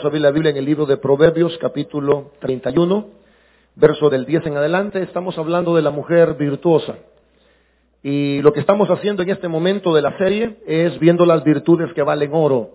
Vamos a abrir la Biblia en el libro de Proverbios, capítulo 31, verso del 10 en adelante. Estamos hablando de la mujer virtuosa. Y lo que estamos haciendo en este momento de la serie es viendo las virtudes que valen oro.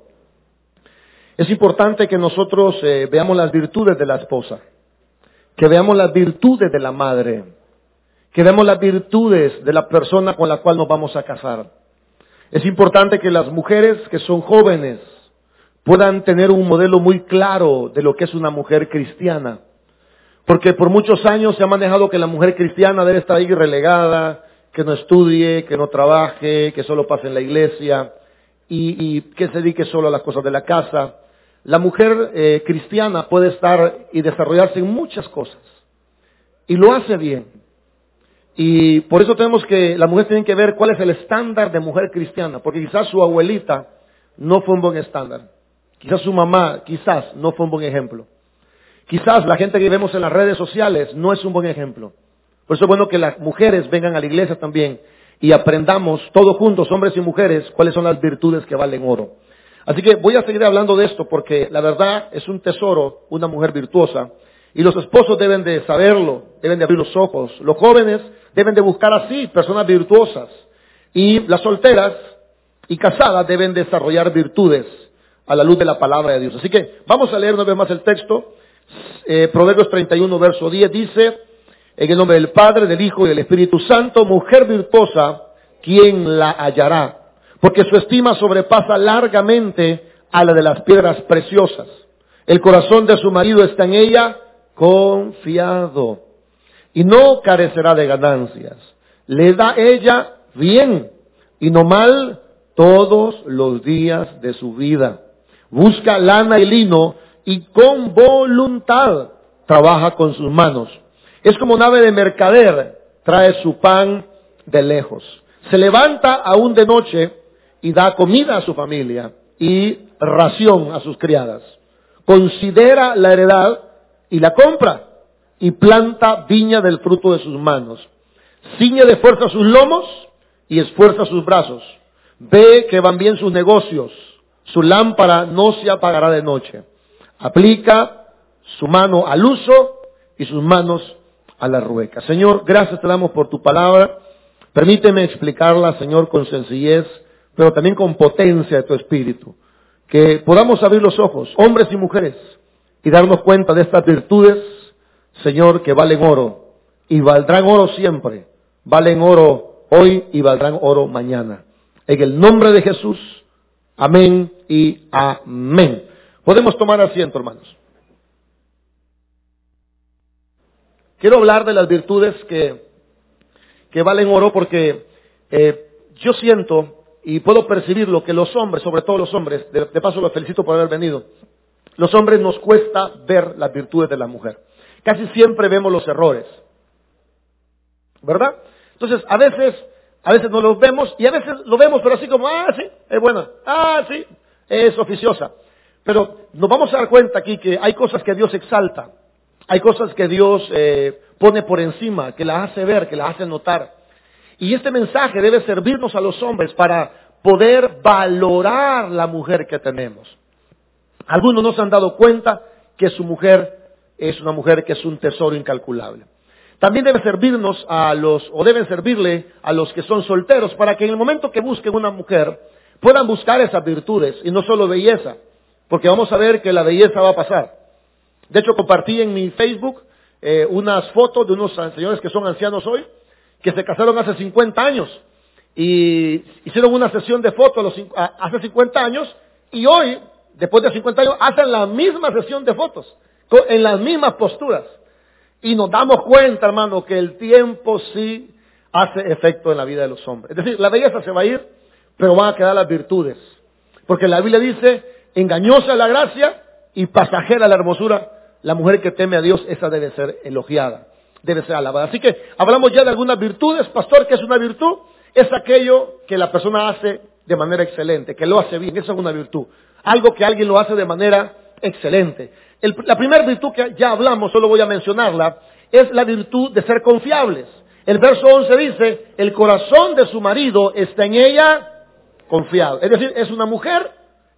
Es importante que nosotros veamos las virtudes de la esposa, que veamos las virtudes de la madre, que veamos las virtudes de la persona con la cual nos vamos a casar. Es importante que las mujeres que son jóvenes puedan tener un modelo muy claro de lo que es una mujer cristiana. Porque por muchos años se ha manejado que la mujer cristiana debe estar ahí relegada, que no estudie, que no trabaje, que solo pase en la iglesia y que se dedique solo a las cosas de la casa. La mujer cristiana puede estar y desarrollarse en muchas cosas. Y lo hace bien. Y por eso las mujeres tienen que ver cuál es el estándar de mujer cristiana. Porque quizás su abuelita no fue un buen estándar. Quizás su mamá, no fue un buen ejemplo. Quizás la gente que vemos en las redes sociales no es un buen ejemplo. Por eso es bueno que las mujeres vengan a la iglesia también y aprendamos todos juntos, hombres y mujeres, cuáles son las virtudes que valen oro. Así que voy a seguir hablando de esto porque la verdad es un tesoro, una mujer virtuosa. Y los esposos deben de saberlo, deben de abrir los ojos. Los jóvenes deben de buscar así, personas virtuosas. Y las solteras y casadas deben desarrollar virtudes a la luz de la palabra de Dios. Así que vamos a leer una vez más el texto. Proverbios 31, verso 10 dice: en el nombre del Padre, del Hijo y del Espíritu Santo, mujer virtuosa, ¿quién la hallará? Porque su estima sobrepasa largamente a la de las piedras preciosas. El corazón de su marido está en ella confiado, y no carecerá de ganancias. Le da ella bien, y no mal, todos los días de su vida. Busca lana y lino, y con voluntad trabaja con sus manos. Es como nave de mercader, trae su pan de lejos. Se levanta aún de noche y da comida a su familia y ración a sus criadas. Considera la heredad y la compra, y planta viña del fruto de sus manos. Ciñe de fuerza sus lomos y esfuerza sus brazos. Ve que van bien sus negocios. Su lámpara no se apagará de noche. Aplica su mano al uso y sus manos a la rueca. Señor, gracias te damos por tu palabra. Permíteme explicarla, Señor, con sencillez, pero también con potencia de tu espíritu. Que podamos abrir los ojos, hombres y mujeres, y darnos cuenta de estas virtudes, Señor, que valen oro. Y valdrán oro siempre. Valen oro hoy y valdrán oro mañana. En el nombre de Jesús. Amén y amén. Podemos tomar asiento, hermanos. Quiero hablar de las virtudes que valen oro porque yo siento y puedo percibirlo que los hombres, sobre todo los hombres, de paso los felicito por haber venido, los hombres nos cuesta ver las virtudes de la mujer. Casi siempre vemos los errores, ¿verdad? Entonces, a veces no los vemos y a veces lo vemos, pero así como, sí, es buena, sí, es oficiosa. Pero nos vamos a dar cuenta aquí que hay cosas que Dios exalta, hay cosas que Dios pone por encima, que las hace ver, que las hace notar. Y este mensaje debe servirnos a los hombres para poder valorar la mujer que tenemos. Algunos no se han dado cuenta que su mujer es una mujer que es un tesoro incalculable. También debe servirnos deben servirle a los que son solteros para que en el momento que busquen una mujer puedan buscar esas virtudes y no solo belleza, porque vamos a ver que la belleza va a pasar. De hecho, compartí en mi Facebook unas fotos de unos señores que son ancianos hoy, que se casaron hace 50 años y hicieron una sesión de fotos hace 50 años y hoy, después de 50 años, hacen la misma sesión de fotos, en las mismas posturas. Y nos damos cuenta, hermano, que el tiempo sí hace efecto en la vida de los hombres. Es decir, la belleza se va a ir, pero van a quedar las virtudes. Porque la Biblia dice, engañosa la gracia y pasajera la hermosura. La mujer que teme a Dios, esa debe ser elogiada, debe ser alabada. Así que hablamos ya de algunas virtudes. Pastor, ¿qué es una virtud? Es aquello que la persona hace de manera excelente, que lo hace bien. Eso es una virtud. Algo que alguien lo hace de manera excelente. La primera virtud que ya hablamos, solo voy a mencionarla, es la virtud de ser confiables. El verso 11 dice, el corazón de su marido está en ella confiado. Es decir, es una mujer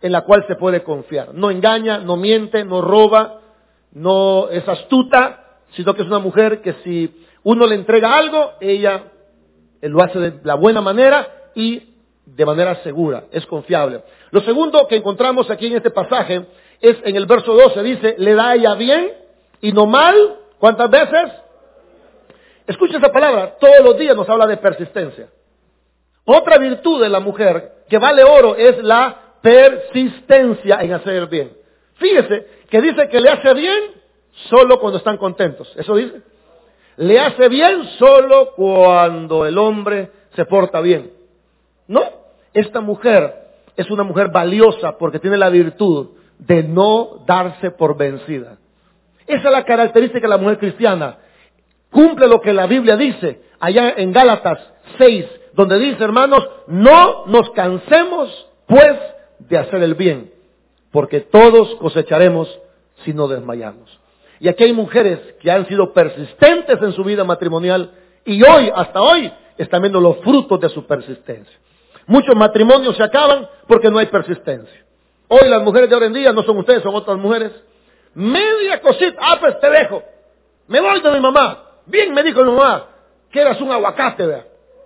en la cual se puede confiar. No engaña, no miente, no roba, no es astuta, sino que es una mujer que si uno le entrega algo, ella lo hace de la buena manera y de manera segura, es confiable. Lo segundo que encontramos aquí en este pasaje es en el verso 12, dice, le da a ella bien y no mal. ¿Cuántas veces? Escucha esa palabra, todos los días nos habla de persistencia. Otra virtud de la mujer que vale oro es la persistencia en hacer el bien. Fíjese que dice que le hace bien solo cuando están contentos. ¿Eso dice? Le hace bien solo cuando el hombre se porta bien. No, esta mujer es una mujer valiosa porque tiene la virtud de no darse por vencida. Esa es la característica de la mujer cristiana. Cumple lo que la Biblia dice allá en Gálatas 6, donde dice, hermanos, no nos cansemos pues de hacer el bien, porque todos cosecharemos si no desmayamos. Y aquí hay mujeres que han sido persistentes en su vida matrimonial y hoy, hasta hoy, están viendo los frutos de su persistencia. Muchos matrimonios se acaban porque no hay persistencia. Hoy las mujeres de hoy en día no son ustedes, son otras mujeres. Media cosita, pues te dejo. Me voy de mi mamá. Bien me dijo mi mamá que eras un aguacate, vea.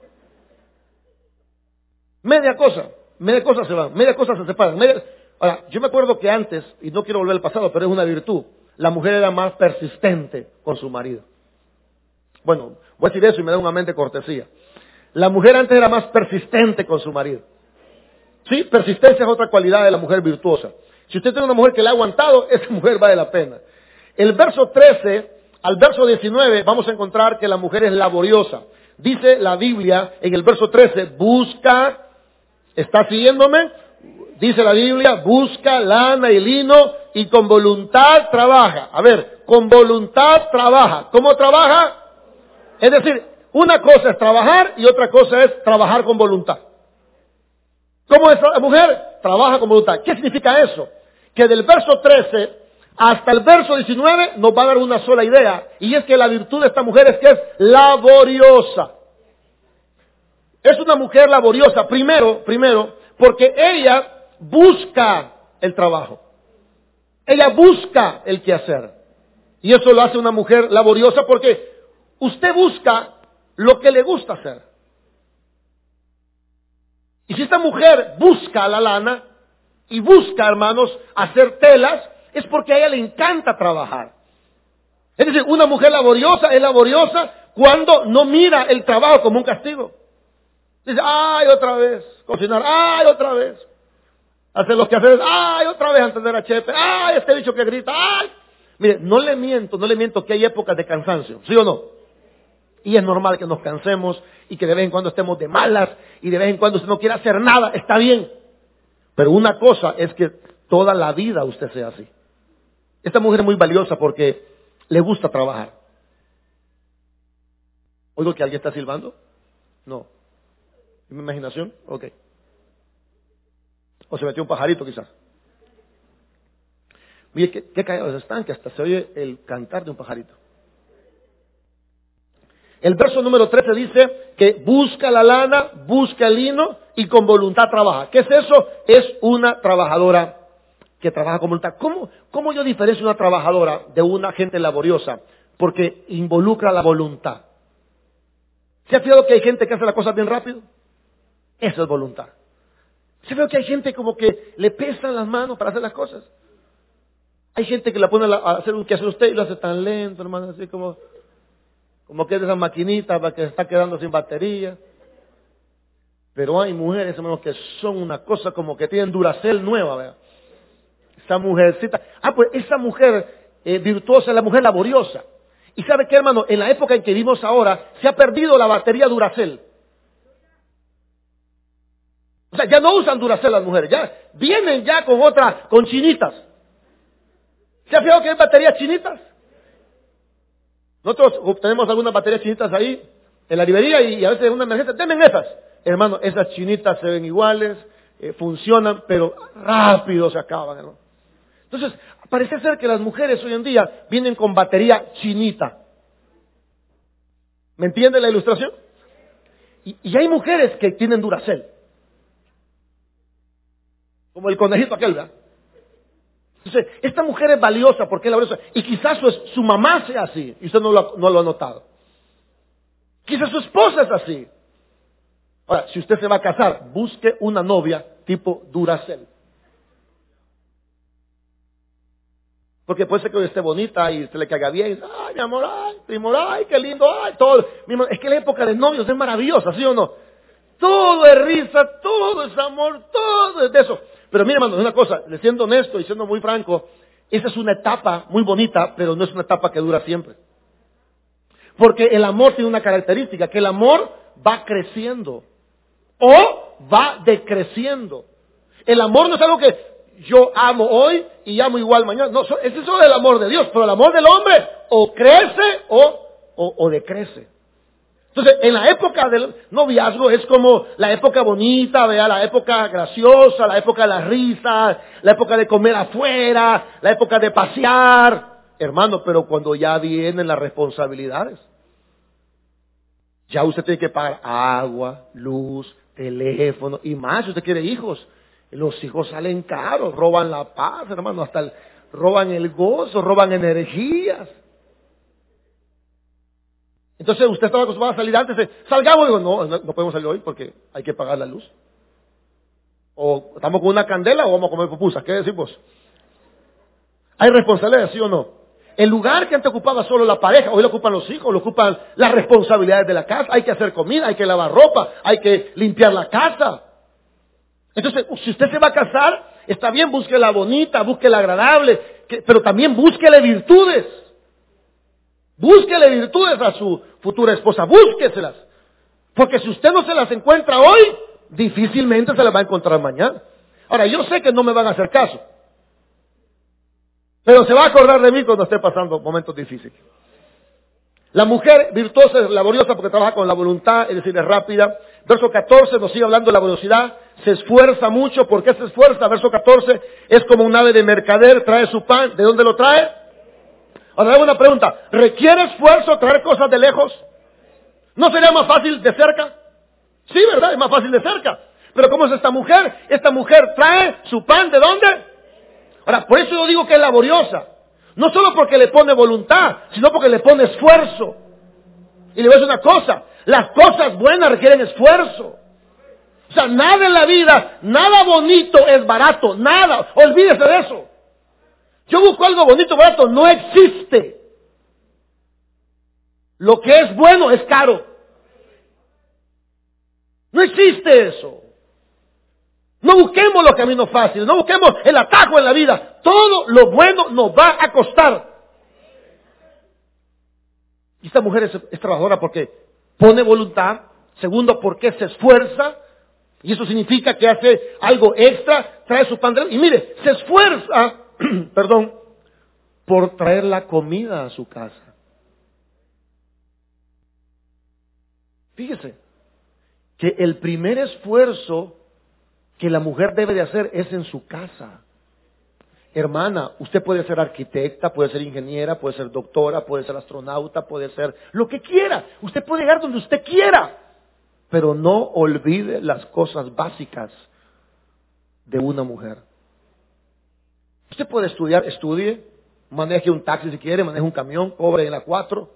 Media cosa se van, media cosa se separan. Ahora, yo me acuerdo que antes, y no quiero volver al pasado, pero es una virtud, la mujer era más persistente con su marido. Bueno, voy a decir eso y me da una mente cortesía. La mujer antes era más persistente con su marido. Sí, persistencia es otra cualidad de la mujer virtuosa. Si usted tiene una mujer que le ha aguantado, esa mujer vale la pena. El verso 13 al verso 19 vamos a encontrar que la mujer es laboriosa. Dice la Biblia en el verso 13, busca, ¿está siguiéndome? Dice la Biblia, busca lana y lino y con voluntad trabaja. A ver, con voluntad trabaja. ¿Cómo trabaja? Es decir, una cosa es trabajar y otra cosa es trabajar con voluntad. ¿Cómo es la mujer? Trabaja con voluntad. ¿Qué significa eso? Que del verso 13 hasta el verso 19 nos va a dar una sola idea. Y es que la virtud de esta mujer es que es laboriosa. Es una mujer laboriosa, primero, porque ella busca el trabajo. Ella busca el quehacer. Y eso lo hace una mujer laboriosa porque usted busca lo que le gusta hacer. Y si esta mujer busca la lana y busca, hermanos, hacer telas, es porque a ella le encanta trabajar. Es decir, una mujer laboriosa es laboriosa cuando no mira el trabajo como un castigo. Dice, ay, otra vez, cocinar, ay, otra vez, hacer los quehaceres, ay, otra vez atender a Chepe, ay, este bicho que grita, ay. Mire, no le miento que hay épocas de cansancio, ¿sí o no? Y es normal que nos cansemos y que de vez en cuando estemos de malas y de vez en cuando usted no quiera hacer nada, está bien. Pero una cosa es que toda la vida usted sea así. Esta mujer es muy valiosa porque le gusta trabajar. ¿Oigo que alguien está silbando? No. ¿Es mi imaginación? Ok. O se metió un pajarito quizás. Mire, qué callados están, que hasta se oye el cantar de un pajarito. El verso número 13 dice que busca la lana, busca el lino y con voluntad trabaja. ¿Qué es eso? Es una trabajadora que trabaja con voluntad. ¿Cómo yo diferencio una trabajadora de una gente laboriosa? Porque involucra la voluntad. ¿Se ha fijado que hay gente que hace las cosas bien rápido? Eso es voluntad. ¿Se ha fijado que hay gente como que le pesan las manos para hacer las cosas? Hay gente que la pone a hacer un quehacer usted y lo hace tan lento, hermano, así como que es de esas maquinitas para que se está quedando sin batería. Pero hay mujeres, hermanos, que son una cosa como que tienen Duracell nueva, ¿verdad? Esa mujercita. Pues esa mujer virtuosa es la mujer laboriosa. Y ¿sabe qué, hermano? En la época en que vivimos ahora, se ha perdido la batería Duracell. O sea, ya no usan Duracell las mujeres, ya vienen ya con chinitas. ¿Se ha fijado que hay baterías chinitas? Nosotros tenemos algunas baterías chinitas ahí en la librería y a veces en una emergencia, denme esas. Hermano, esas chinitas se ven iguales, funcionan, pero rápido se acaban, ¿no? Entonces, parece ser que las mujeres hoy en día vienen con batería chinita. ¿Me entiende la ilustración? Y hay mujeres que tienen Duracell. Como el conejito aquel, ¿verdad? Entonces, esta mujer es valiosa porque es valiosa. Y quizás su mamá sea así, y usted no lo ha notado. Quizás su esposa es así. Ahora, si usted se va a casar, busque una novia tipo Duracell. Porque puede ser que esté bonita y usted le caiga bien. Ay, mi amor, ay, primo, ay, qué lindo, ay, todo. Es que la época de novios es maravillosa, ¿sí o no? Todo es risa, todo es amor, todo es de eso. Pero mire, hermano, una cosa, siendo honesto y siendo muy franco, esa es una etapa muy bonita, pero no es una etapa que dura siempre. Porque el amor tiene una característica, que el amor va creciendo o va decreciendo. El amor no es algo que yo amo hoy y amo igual mañana. No, ese es solo el amor de Dios, pero el amor del hombre o crece o decrece. Entonces, en la época del noviazgo es como la época bonita, vea, la época graciosa, la época de las risas, la época de comer afuera, la época de pasear. Hermano, pero cuando ya vienen las responsabilidades, ya usted tiene que pagar agua, luz, teléfono y más si usted quiere hijos. Los hijos salen caros, roban la paz, hermano, roban el gozo, roban energías. Entonces usted estaba acostumbrado a salir antes, salgamos, digo, no podemos salir hoy porque hay que pagar la luz. O estamos con una candela o vamos a comer pupusas, ¿qué decimos? ¿Hay responsabilidad, sí o no? El lugar que antes ocupaba solo la pareja, hoy lo ocupan los hijos, lo ocupan las responsabilidades de la casa, hay que hacer comida, hay que lavar ropa, hay que limpiar la casa. Entonces, si usted se va a casar, está bien, búsquela bonita, búsquela agradable, pero también búsquele virtudes. Búsquele virtudes a su futura esposa, búsqueselas. Porque si usted no se las encuentra hoy, difícilmente se las va a encontrar mañana. Ahora, yo sé que no me van a hacer caso, pero se va a acordar de mí cuando esté pasando momentos difíciles. La mujer virtuosa es laboriosa porque trabaja con la voluntad, es decir, es rápida. Verso 14 nos sigue hablando de la velocidad. Se esfuerza mucho. ¿Por qué se esfuerza? Verso 14, es como un ave de mercader, trae su pan. ¿De dónde lo trae? Ahora hago una pregunta. ¿Requiere esfuerzo traer cosas de lejos? ¿No sería más fácil de cerca? Sí, ¿verdad? Es más fácil de cerca. Pero ¿cómo es esta mujer? Esta mujer trae su pan, ¿de dónde? Ahora, por eso yo digo que es laboriosa. No solo porque le pone voluntad, sino porque le pone esfuerzo. Y le voy a decir una cosa, las cosas buenas requieren esfuerzo. O sea, nada en la vida, nada bonito es barato, nada, olvídese de eso. Yo busco algo bonito, barato, no existe. Lo que es bueno es caro. No existe eso. No busquemos los caminos fáciles, no busquemos el atajo en la vida. Todo lo bueno nos va a costar. Y esta mujer es trabajadora porque pone voluntad. Segundo, porque se esfuerza. Y eso significa que hace algo extra, trae su pan de... Y mire, se esfuerza, perdón, por traer la comida a su casa. Fíjese que el primer esfuerzo que la mujer debe de hacer es en su casa. Hermana, usted puede ser arquitecta, puede ser ingeniera, puede ser doctora, puede ser astronauta, puede ser lo que quiera. Usted puede llegar donde usted quiera, pero no olvide las cosas básicas de una mujer. Usted puede estudiar, estudie, maneje un taxi si quiere, maneje un camión, cobre en la 4.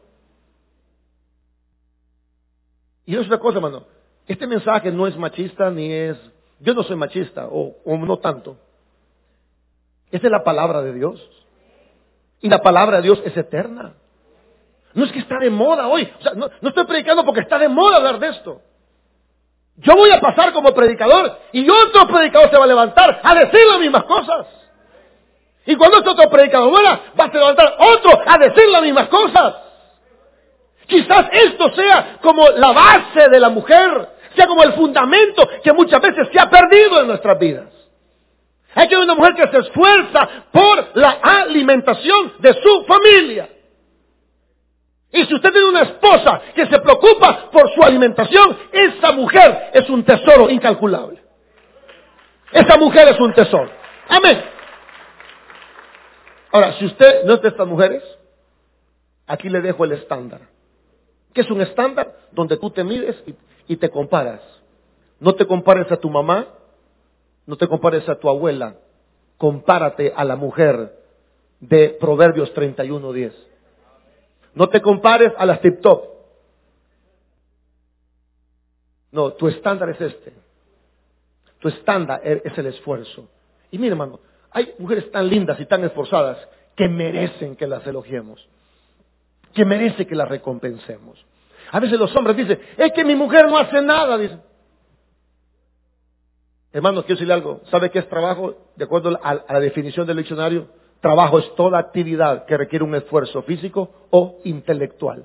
Y es una cosa, hermano, este mensaje no es machista ni es... Yo no soy machista, o no tanto. Esta es la palabra de Dios. Y la palabra de Dios es eterna. No es que está de moda hoy. O sea, no estoy predicando porque está de moda hablar de esto. Yo voy a pasar como predicador y otro predicador se va a levantar a decir las mismas cosas. Y cuando este otro predicador muera, va a levantar otro a decir las mismas cosas. Quizás esto sea como la base de la mujer, sea como el fundamento que muchas veces se ha perdido en nuestras vidas. Hay que ver una mujer que se esfuerza por la alimentación de su familia. Y si usted tiene una esposa que se preocupa por su alimentación, esa mujer es un tesoro incalculable. Esa mujer es un tesoro. Amén. Ahora, si usted no es de estas mujeres, aquí le dejo el estándar. ¿Qué es un estándar? Donde tú te mides y te comparas. No te compares a tu mamá, No te compares a tu abuela, compárate a la mujer de Proverbios 31:10. No te compares a las tip top. No, tu estándar es este. Tu estándar es el esfuerzo. Y mire, hermano, hay mujeres tan lindas y tan esforzadas que merecen que las elogiemos, que merece que las recompensemos. A veces los hombres dicen, es que mi mujer no hace nada, dicen. Hermano, quiero decirle algo. ¿Sabe qué es trabajo? De acuerdo a la definición del diccionario, trabajo es toda actividad que requiere un esfuerzo físico o intelectual.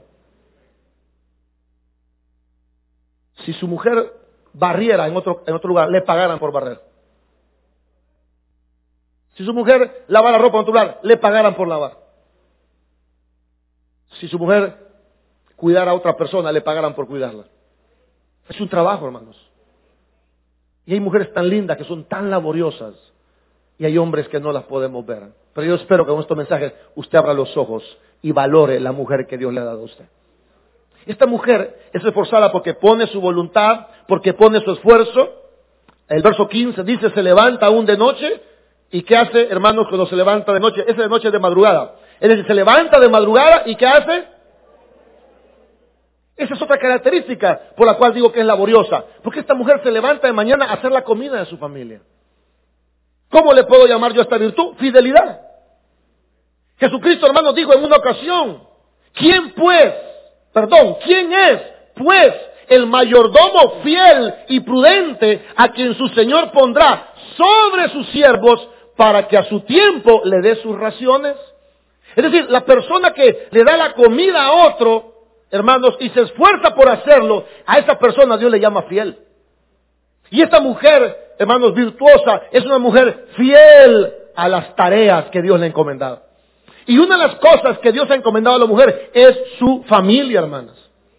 Si su mujer barriera en otro lugar, le pagaran por barrer. Si su mujer lavara ropa en otro lugar, le pagaran por lavar. Si su mujer cuidara a otra persona, le pagaran por cuidarla. Es un trabajo, hermanos. Y hay mujeres tan lindas que son tan laboriosas. Y hay hombres que no las podemos ver. Pero yo espero que con estos mensajes usted abra los ojos y valore la mujer que Dios le ha dado a usted. Esta mujer es esforzada porque pone su voluntad, porque pone su esfuerzo. El verso 15 dice, se levanta aún de noche. ¿Y qué hace, hermanos, cuando se levanta de noche? Es de noche, de madrugada. Es decir, se levanta de madrugada y ¿qué hace? Esa es otra característica por la cual digo que es laboriosa. Porque esta mujer se levanta de mañana a hacer la comida de su familia. ¿Cómo le puedo llamar yo a esta virtud? Fidelidad. Jesucristo, hermanos, dijo en una ocasión, ¿quién es, pues, el mayordomo fiel y prudente a quien su Señor pondrá sobre sus siervos para que a su tiempo le dé sus raciones? Es decir, la persona que le da la comida a otro, hermanos, y se esfuerza por hacerlo, a esa persona Dios le llama fiel. Y esta mujer, hermanos, virtuosa, es una mujer fiel a las tareas que Dios le ha encomendado. Y una de las cosas que Dios ha encomendado a la mujer es su familia, hermanas.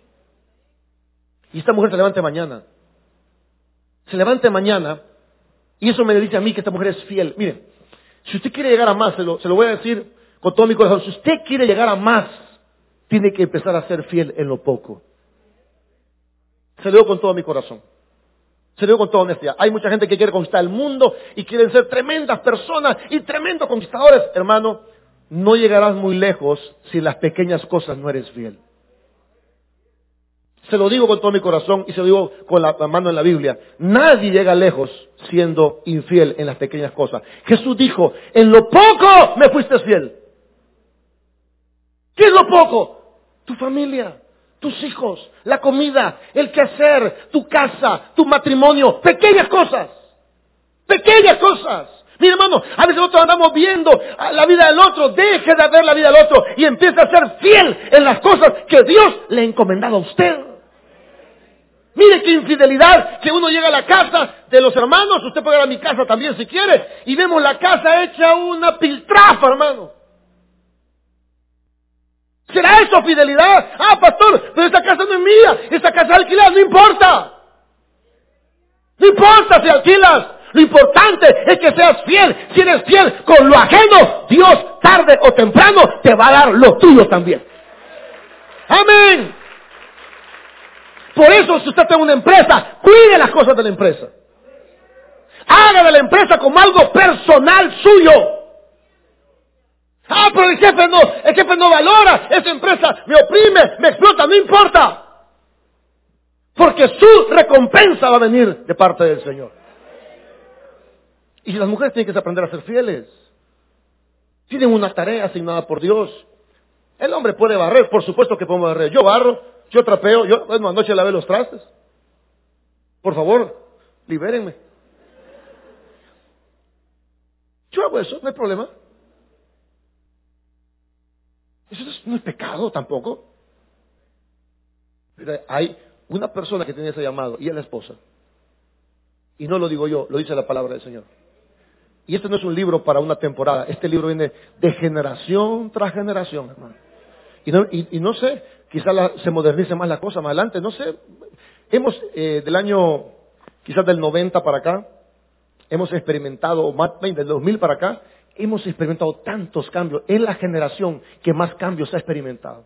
Y esta mujer se levanta mañana. Se levanta mañana, y eso me dice a mí que esta mujer es fiel. Mire, si usted quiere llegar a más, se lo voy a decir con todo mi corazón, si usted quiere llegar a más, tiene que empezar a ser fiel en lo poco. Se lo digo con todo mi corazón. Se lo digo con toda honestidad. Hay mucha gente que quiere conquistar el mundo y quieren ser tremendas personas y tremendos conquistadores. Hermano, no llegarás muy lejos si en las pequeñas cosas no eres fiel. Se lo digo con todo mi corazón y se lo digo con la mano en la Biblia. Nadie llega lejos siendo infiel en las pequeñas cosas. Jesús dijo, en lo poco me fuiste fiel. ¿Qué es lo poco? Tu familia, tus hijos, la comida, el quehacer, tu casa, tu matrimonio. Pequeñas cosas. Pequeñas cosas. Mire, hermano, a veces nosotros andamos viendo la vida del otro. Deje de ver la vida del otro y empiece a ser fiel en las cosas que Dios le ha encomendado a usted. Mire qué infidelidad que uno llega a la casa de los hermanos. Usted puede ir a mi casa también si quiere. Y vemos la casa hecha una piltrafa, hermano. ¿Será eso fidelidad? Ah, pastor, pero esta casa no es mía. Esta casa es alquilada, no importa. No importa si alquilas. Lo importante es que seas fiel. Si eres fiel con lo ajeno, Dios tarde o temprano te va a dar lo tuyo también. Amén. Por eso, si usted tiene una empresa, cuide las cosas de la empresa. Haga de la empresa como algo personal suyo. Ah, pero el jefe no valora, esa empresa me oprime, me explota, no importa. Porque su recompensa va a venir de parte del Señor. Y las mujeres tienen que aprender a ser fieles. Tienen una tarea asignada por Dios. El hombre puede barrer, por supuesto que podemos barrer. Yo barro. Yo trapeo, anoche lavé los trastes. Por favor, libérenme. Yo hago eso, no hay problema. Eso no es pecado tampoco. Pero hay una persona que tiene ese llamado y es la esposa. Y no lo digo yo, lo dice la palabra del Señor. Y este no es un libro para una temporada. Este libro viene de generación tras generación, hermano. Y no sé, quizás se modernice más la cosa más adelante, no sé. Hemos, del año, quizás del 90 para acá, hemos experimentado, más del 2000 para acá, hemos experimentado tantos cambios. Es la generación que más cambios ha experimentado.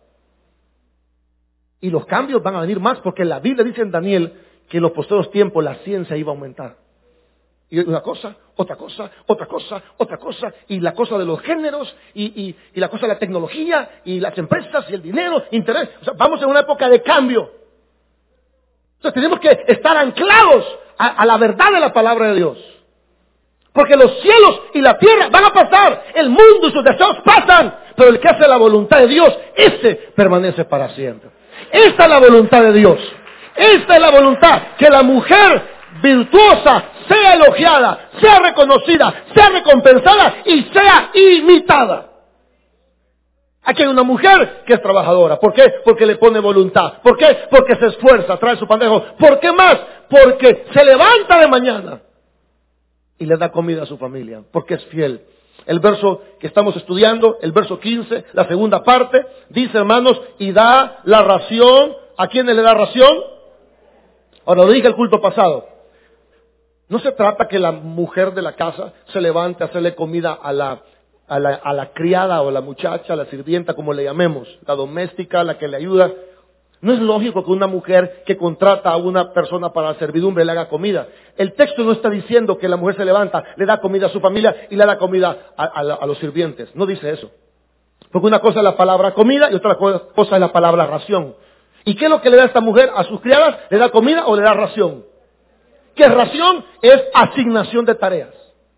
Y los cambios van a venir más porque la Biblia dice en Daniel que en los posteriores tiempos la ciencia iba a aumentar. Y una cosa, otra cosa, otra cosa, otra cosa, y la cosa de los géneros, y la cosa de la tecnología, y las empresas, y el dinero, internet. O sea, vamos en una época de cambio. Entonces tenemos que estar anclados a la verdad de la palabra de Dios. Porque los cielos y la tierra van a pasar, el mundo y sus deseos pasan, pero el que hace la voluntad de Dios, ese permanece para siempre. Esta es la voluntad de Dios. Esta es la voluntad, que la mujer virtuosa sea elogiada, sea reconocida, sea recompensada y sea imitada. Aquí hay una mujer que es trabajadora. ¿Por qué? Porque le pone voluntad. ¿Por qué? Porque se esfuerza, trae su pandejo. ¿Por qué más? Porque se levanta de mañana y le da comida a su familia, porque es fiel. El verso que estamos estudiando, el verso 15, la segunda parte, dice, hermanos, y da la ración. ¿A quién le da ración? Ahora, lo dije el culto pasado. No se trata que la mujer de la casa se levante a hacerle comida a la criada o a la muchacha, a la sirvienta, como le llamemos, la doméstica, la que le ayuda. No es lógico que una mujer que contrata a una persona para la servidumbre le haga comida. El texto no está diciendo que la mujer se levanta, le da comida a su familia y le da comida a los sirvientes. No dice eso. Porque una cosa es la palabra comida y otra cosa es la palabra ración. ¿Y qué es lo que le da esta mujer a sus criadas? ¿Le da comida o le da ración? ¿Qué es ración? Es asignación de tareas.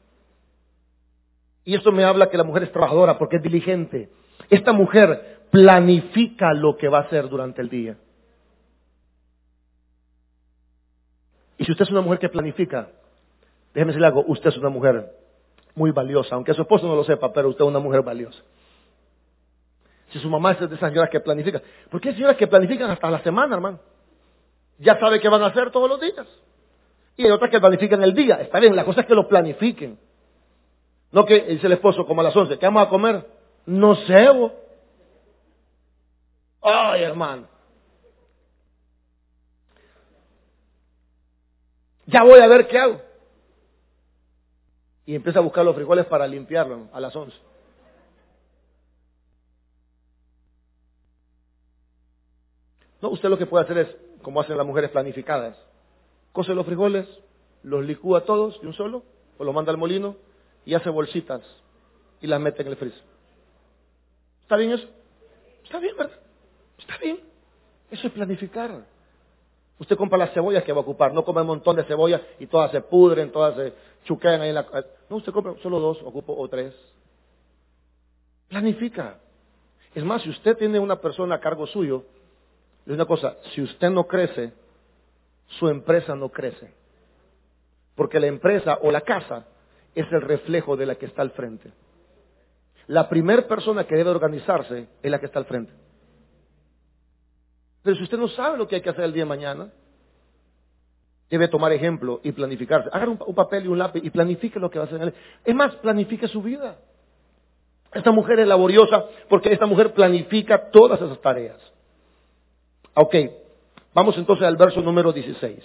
Y esto me habla que la mujer es trabajadora porque es diligente. Esta mujer planifica lo que va a hacer durante el día. Y si usted es una mujer que planifica, déjeme decirle algo, usted es una mujer muy valiosa, aunque su esposo no lo sepa, pero usted es una mujer valiosa. Si su mamá es de esas señoras que planifican, ¿por qué hay señoras que planifican hasta la semana, hermano? Ya sabe qué van a hacer todos los días. Y hay otras que planifican el día. Está bien, la cosa es que lo planifiquen. No que dice el esposo como a las 11, ¿qué vamos a comer? No sé, vos. Ay, hermano. Ya voy a ver qué hago. Y empieza a buscar los frijoles para limpiarlo a las 11. No, usted lo que puede hacer es, como hacen las mujeres planificadas, cose los frijoles, los licúa todos de un solo, o los manda al molino y hace bolsitas y las mete en el freezer. ¿Está bien eso? Está bien, ¿verdad? Está bien. Eso es planificar. Usted compra las cebollas que va a ocupar, no come un montón de cebollas y todas se pudren, todas se chuquean ahí en la... No, usted compra solo 2, ocupo o 3. Planifica. Es más, si usted tiene una persona a cargo suyo, es una cosa, si usted no crece, su empresa no crece. Porque la empresa o la casa es el reflejo de la que está al frente. La primera persona que debe organizarse es la que está al frente. Pero si usted no sabe lo que hay que hacer el día de mañana, debe tomar ejemplo y planificarse. Agarre un papel y un lápiz y planifique lo que va a hacer. Es más, planifique su vida. Esta mujer es laboriosa porque esta mujer planifica todas esas tareas. Ok, vamos entonces al verso número 16.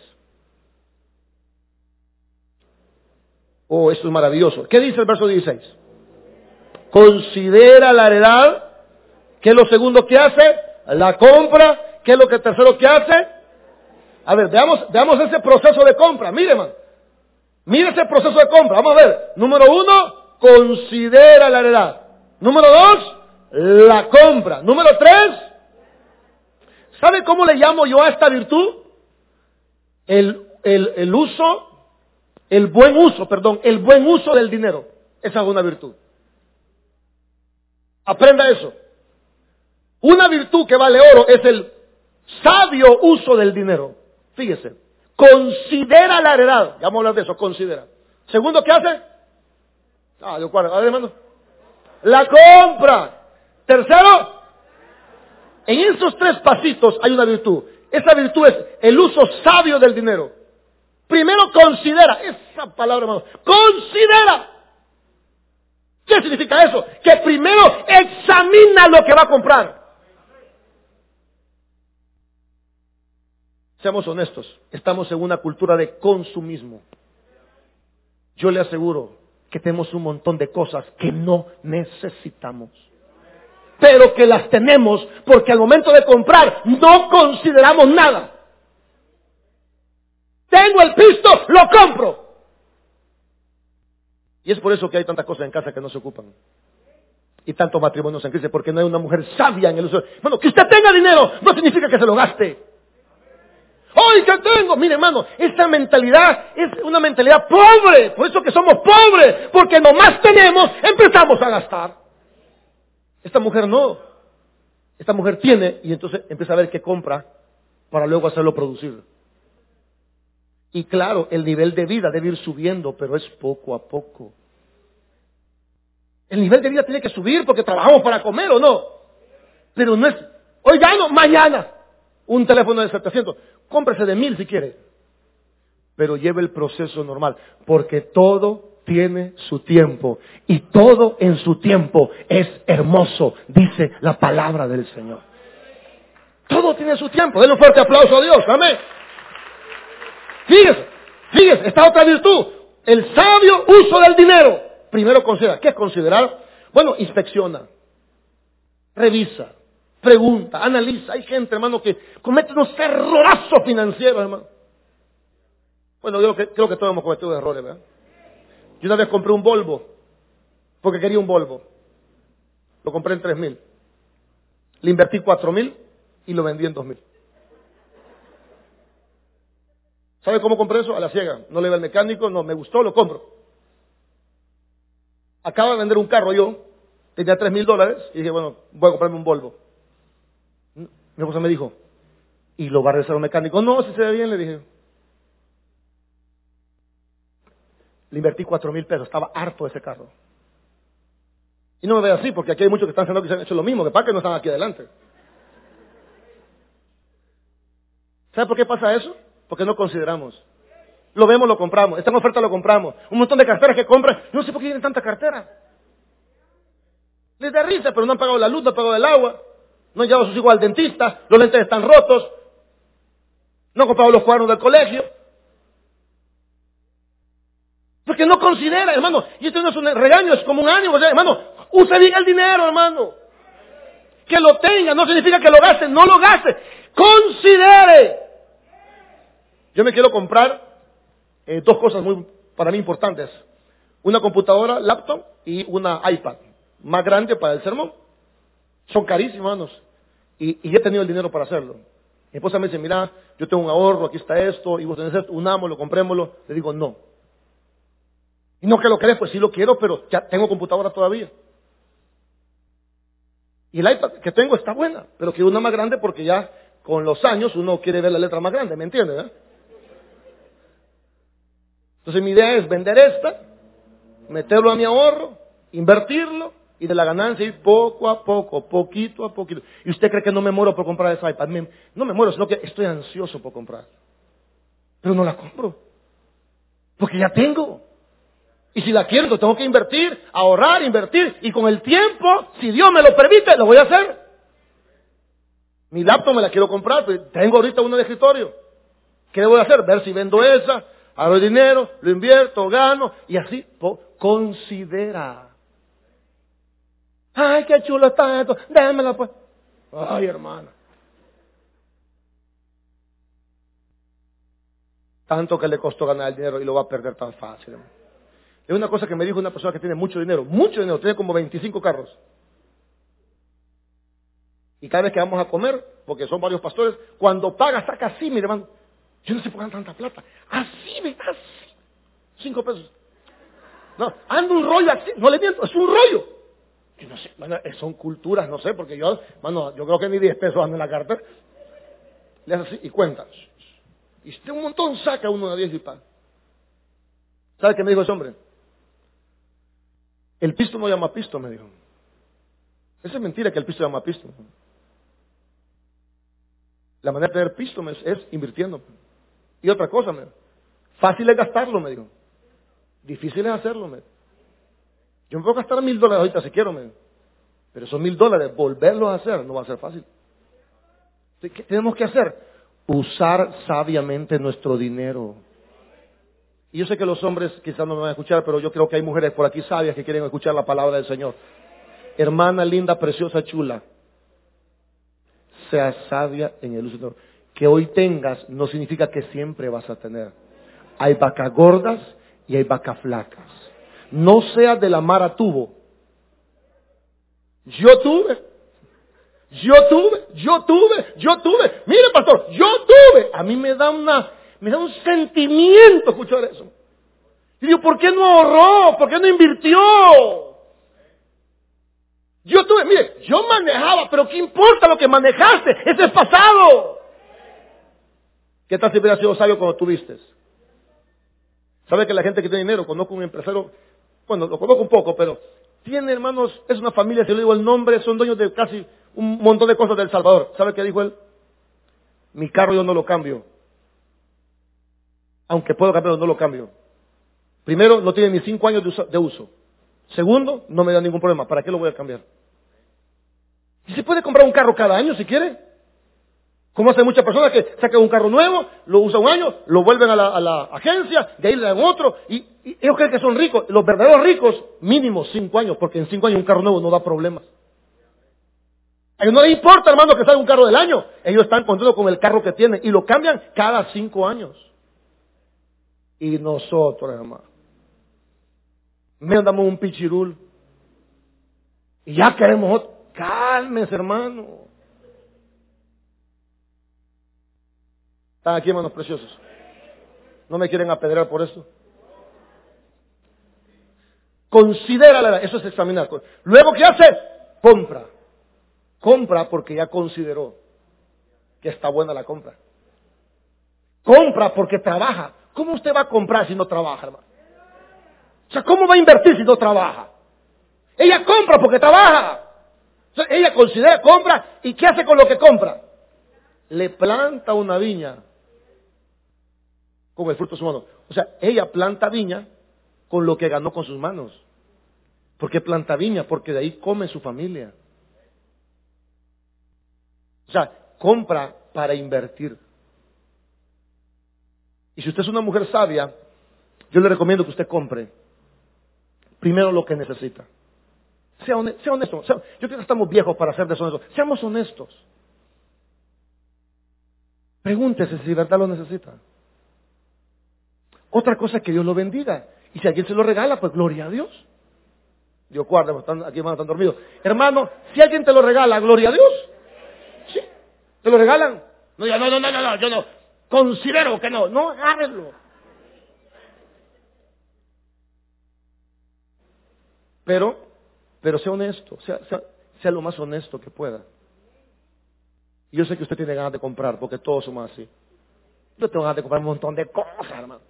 Oh, esto es maravilloso. ¿Qué dice el verso 16? Considera la heredad. ¿Qué es lo segundo que hace? La compra. ¿Qué es lo que tercero que hace? A ver, veamos ese proceso de compra. Mire, man. Mire ese proceso de compra. Vamos a ver. Número 1, considera la heredad. Número 2, la compra. Número 3, ¿sabe cómo le llamo yo a esta virtud? El buen uso del dinero. Esa es una virtud. Aprenda eso. Una virtud que vale oro es el sabio uso del dinero. Fíjese. Considera la heredad. Ya vamos a hablar de eso. Considera. Segundo, ¿qué hace? Yo cuarto. A ver, hermano. La compra. Tercero, en esos 3 pasitos hay una virtud. Esa virtud es el uso sabio del dinero. Primero considera. Esa palabra, hermano. Considera. ¿Qué significa eso? Que primero examina lo que va a comprar. Seamos honestos, estamos en una cultura de consumismo. Yo le aseguro que tenemos un montón de cosas que no necesitamos, pero que las tenemos porque al momento de comprar no consideramos nada. Tengo el pisto, lo compro. Y es por eso que hay tantas cosas en casa que no se ocupan. Y tantos matrimonios en crisis, porque no hay una mujer sabia en el uso. Bueno, que usted tenga dinero no significa que se lo gaste. ¡Ay, que tengo! Mire, hermano, esta mentalidad es una mentalidad pobre. Por eso que somos pobres, porque nomás tenemos, empezamos a gastar. Esta mujer no. Esta mujer tiene y entonces empieza a ver qué compra para luego hacerlo producir. Y claro, el nivel de vida debe ir subiendo, pero es poco a poco. El nivel de vida tiene que subir porque trabajamos para comer, ¿o no? Pero no es, hoy gano, mañana. Un teléfono de 700. Cómprese de 1000 si quiere. Pero lleve el proceso normal. Porque todo tiene su tiempo. Y todo en su tiempo es hermoso, dice la palabra del Señor. Todo tiene su tiempo. Denle un fuerte aplauso a Dios. Amén. Fíjese, esta otra virtud. El sabio uso del dinero. Primero considera. ¿Qué es considerar? Bueno, inspecciona. Revisa. Pregunta, analiza. Hay gente, hermano, que comete unos errorazos financieros, hermano. Bueno, yo creo que todos hemos cometido errores, ¿verdad? Yo una vez compré un Volvo, porque quería un Volvo. Lo compré en 3,000. Le invertí 4,000 y lo vendí en 2,000. ¿Sabe cómo compré eso? A la ciega. No le iba al mecánico, no, me gustó, lo compro. Acabo de vender un carro yo, tenía $3,000 y dije, bueno, voy a comprarme un Volvo. Mi esposa me dijo, ¿y lo va a regresar un mecánico? No, si se ve bien, le dije. Le invertí 4,000 pesos, estaba harto de ese carro. Y no me ve así, porque aquí hay muchos que están haciendo que se han hecho lo mismo, que para que no están aquí adelante. ¿Sabe por qué pasa eso? Porque no consideramos. Lo vemos, lo compramos. Está en oferta, lo compramos. Un montón de carteras que compran. No sé por qué tienen tanta cartera. Les da risa, pero no han pagado la luz, no han pagado el agua. No han llevado a sus hijos al dentista. Los lentes están rotos. No han comprado los cuadernos del colegio. Porque no considera, hermano. Y esto no es un regaño, es como un ánimo. O sea, hermano, use bien el dinero, hermano. Que lo tenga, no significa que lo gaste. No lo gaste. Considere. Yo me quiero comprar dos cosas muy para mí importantes. Una computadora, laptop y una iPad. Más grande para el sermón. Son carísimos, hermanos. Y he tenido el dinero para hacerlo. Mi esposa me dice, mira, yo tengo un ahorro, aquí está esto, y vos tenés esto, unámoslo, comprémoslo. Le digo, no. Y no que lo querés, pues sí lo quiero, pero ya tengo computadora todavía. Y el iPad que tengo está buena, pero quiero una más grande porque ya con los años uno quiere ver la letra más grande, ¿me entiendes? Entonces mi idea es vender esta, meterlo a mi ahorro, invertirlo y de la ganancia ir poco a poco, poquito a poquito. ¿Y usted cree que no me muero por comprar esa iPad? No me muero, sino que estoy ansioso por comprar. Pero no la compro, porque ya tengo. Y si la quiero, entonces tengo que invertir, ahorrar, invertir. Y con el tiempo, si Dios me lo permite, lo voy a hacer. Mi laptop me la quiero comprar, pero tengo ahorita una de escritorio. ¿Qué voy a hacer? Ver si vendo esa, hago el dinero, lo invierto, gano. Y así, considera. Ay, qué chulo está esto, démela pues. Ay, hermana. Tanto que le costó ganar el dinero y lo va a perder tan fácil, hermano. Es una cosa que me dijo una persona que tiene mucho dinero, tiene como 25 carros. Y cada vez que vamos a comer, porque son varios pastores, cuando paga, saca así, mi hermano. Yo no sé por qué ganan tanta plata. Así, así. 5 pesos. No, anda un rollo así, no le miento, es un rollo. Yo no sé, bueno, son culturas, no sé, porque yo creo que ni 10 pesos anda en la cartera. Le hace así y cuenta. Y usted un montón saca uno de 10 y paga. ¿Sabe qué me dijo ese hombre? El pisto no llama pisto, me dijo. Esa es mentira que el pisto llama pisto. La manera de tener pisto es invirtiendo. Y otra cosa, me dijo. Fácil es gastarlo, me dijo. Difícil es hacerlo, me dijo. Yo me puedo gastar $1,000 ahorita si quiero, me dijo. Pero esos $1,000, volverlos a hacer, no va a ser fácil. ¿Qué tenemos que hacer? Usar sabiamente nuestro dinero. Y yo sé que los hombres quizás no me van a escuchar, pero yo creo que hay mujeres por aquí sabias que quieren escuchar la palabra del Señor. Hermana linda, preciosa, chula, sea sabia en el uso del dinero. Que hoy tengas no significa que siempre vas a tener. Hay vacas gordas y hay vacas flacas. No sea de la mar a tubo. Yo tuve. Mire, pastor, yo tuve. A mí me da un sentimiento escuchar eso. Y digo, ¿por qué no ahorró? ¿Por qué no invirtió? Yo tuve, mire, yo manejaba, pero ¿qué importa lo que manejaste? Ese es pasado. ¿Qué tal si hubiera sido sabio cuando tuviste? ¿Sabe que la gente que tiene dinero, conozco un empresario, bueno, lo conozco un poco, pero tiene, hermanos, es una familia, si le digo el nombre, son dueños de casi un montón de cosas de El Salvador. ¿Sabe qué dijo él? Mi carro yo no lo cambio. Aunque puedo cambiarlo, no lo cambio. Primero, no tiene ni 5 años de uso. Segundo, no me da ningún problema. ¿Para qué lo voy a cambiar? Y se puede comprar un carro cada año si quiere. Como hacen muchas personas que sacan un carro nuevo, lo usan un año, lo vuelven a la agencia, de ahí le dan otro, y ellos creen que son ricos. Los verdaderos ricos, mínimo 5 años, porque en 5 años un carro nuevo no da problemas. A ellos no les importa, hermano, que salga un carro del año. Ellos están contentos con el carro que tienen y lo cambian cada 5 años. Y nosotros, hermano, me andamos un pichirul y ya queremos otro. Cálmese, hermano. ¿Están aquí, hermanos preciosos? ¿No me quieren apedrear por eso? Considérala, eso es examinar. Luego, ¿qué hace? Compra. Compra porque ya consideró que está buena la compra. Compra porque trabaja. ¿Cómo usted va a comprar si no trabaja, hermano? O sea, ¿cómo va a invertir si no trabaja? Ella compra porque trabaja. O sea, ella considera, compra, ¿y qué hace con lo que compra? Le planta una viña con el fruto de su mano. O sea, ella planta viña con lo que ganó con sus manos. ¿Por qué planta viña? Porque de ahí come su familia. O sea, compra para invertir. Y si usted es una mujer sabia, yo le recomiendo que usted compre primero lo que necesita. Sea honesto. Yo creo que estamos viejos para ser deshonestos. Seamos honestos. Pregúntese si de verdad lo necesita. Otra cosa es que Dios lo bendiga. Y si alguien se lo regala, pues gloria a Dios. Dios guarda, aquí hermanos están dormidos. Hermano, si alguien te lo regala, gloria a Dios. Sí, te lo regalan. No, yo no. Considero que no. No, háganlo. Pero sea honesto, sea lo más honesto que pueda. Y yo sé que usted tiene ganas de comprar, porque todos somos así. Yo tengo ganas de comprar un montón de cosas, hermano.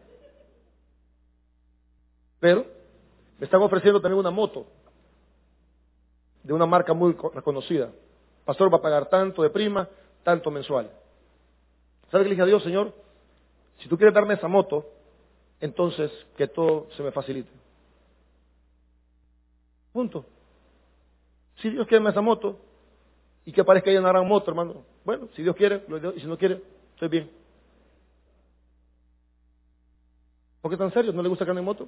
Pero me están ofreciendo también una moto de una marca muy reconocida. Pastor, va a pagar tanto de prima, tanto mensual. ¿Sabe qué le dije a Dios, Señor? Si tú quieres darme esa moto, entonces que todo se me facilite. Punto. Si Dios quiere esa moto y que parezca ella una gran moto, hermano, bueno, si Dios quiere, lo doy, y si no quiere, estoy bien. ¿Por qué tan serio? ¿No le gusta que ande en moto?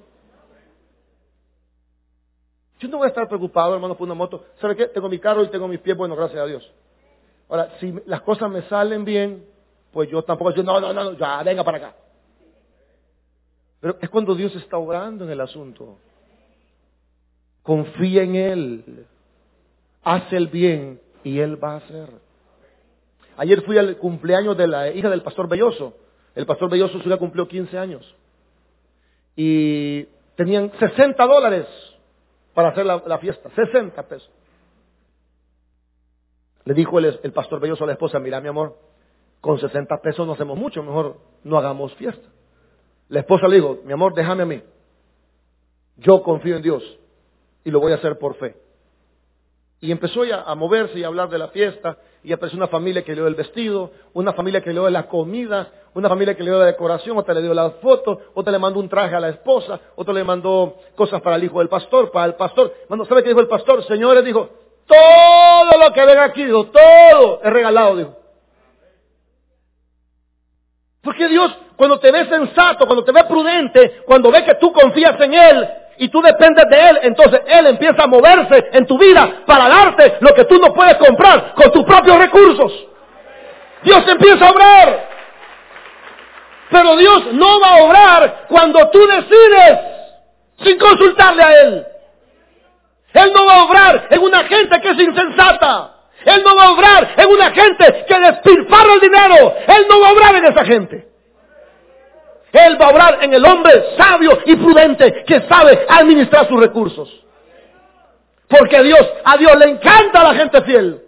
Yo no voy a estar preocupado, hermano, por una moto. ¿Sabe qué? Tengo mi carro y tengo mis pies, bueno, gracias a Dios. Ahora, si las cosas me salen bien, pues yo tampoco digo, no, ya, venga para acá. Pero es cuando Dios está obrando en el asunto. Confía en Él. Hace el bien y Él va a hacer. Ayer fui al cumpleaños de la hija del pastor Belloso. El pastor Belloso su hija cumplió 15 años. Y tenían $60 para hacer la fiesta. 60 pesos. Le dijo el pastor Belloso a la esposa, mira mi amor, con 60 pesos no hacemos mucho, mejor no hagamos fiesta. La esposa le dijo, mi amor, déjame a mí. Yo confío en Dios y lo voy a hacer por fe. Y empezó ya a moverse y a hablar de la fiesta, y apareció una familia que le dio el vestido, una familia que le dio la comida, una familia que le dio la decoración, otra le dio las fotos, otra le mandó un traje a la esposa, otra le mandó cosas para el hijo del pastor, para el pastor. ¿Sabe qué dijo el pastor? Señores, dijo, todo lo que ven aquí, dijo, todo es regalado, dijo. Porque Dios, cuando te ve sensato, cuando te ve prudente, cuando ve que tú confías en Él, y tú dependes de Él, entonces Él empieza a moverse en tu vida para darte lo que tú no puedes comprar con tus propios recursos. Dios empieza a obrar. Pero Dios no va a obrar cuando tú decides. sin consultarle a Él. Él no va a obrar en una gente que es insensata. Él no va a obrar en una gente que despilfarra el dinero. Él no va a obrar en esa gente. Él va a obrar en el hombre sabio y prudente que sabe administrar sus recursos. Porque a Dios le encanta a la gente fiel.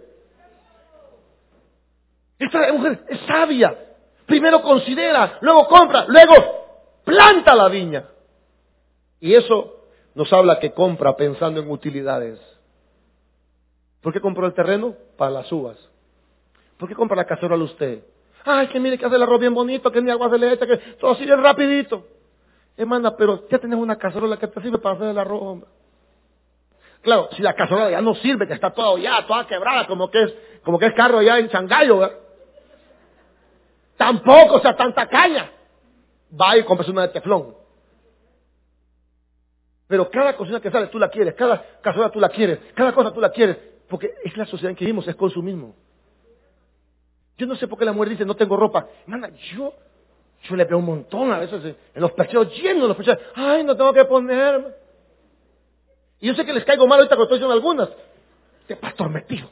Esta mujer es sabia. Primero considera, luego compra, luego planta la viña. Y eso nos habla que compra pensando en utilidades. ¿Por qué compró el terreno? Para las uvas. ¿Por qué compra la cacerola usted? Ay, que mire que hace el arroz bien bonito, que ni agua se le echa, que todo así bien rapidito. Hermana, pero ya tenés una cacerola que te sirve para hacer el arroz, hombre. Claro, si la cacerola ya no sirve, que está toda hollada, toda quebrada, como que es carro allá en Changayo, ¿verdad? Tampoco sea tanta caña. Va y compras una de teflón. Pero cada cocina que sale tú la quieres, cada cacerola tú la quieres, cada cosa tú la quieres, porque es la sociedad en que vivimos, es consumismo. Yo no sé por qué la mujer dice, no tengo ropa. Hermana, yo le veo un montón a veces en los percheros llenos, los percheros. Ay, no tengo que ponerme. Y yo sé que les caigo mal ahorita cuando estoy diciendo algunas. Este pastor metido.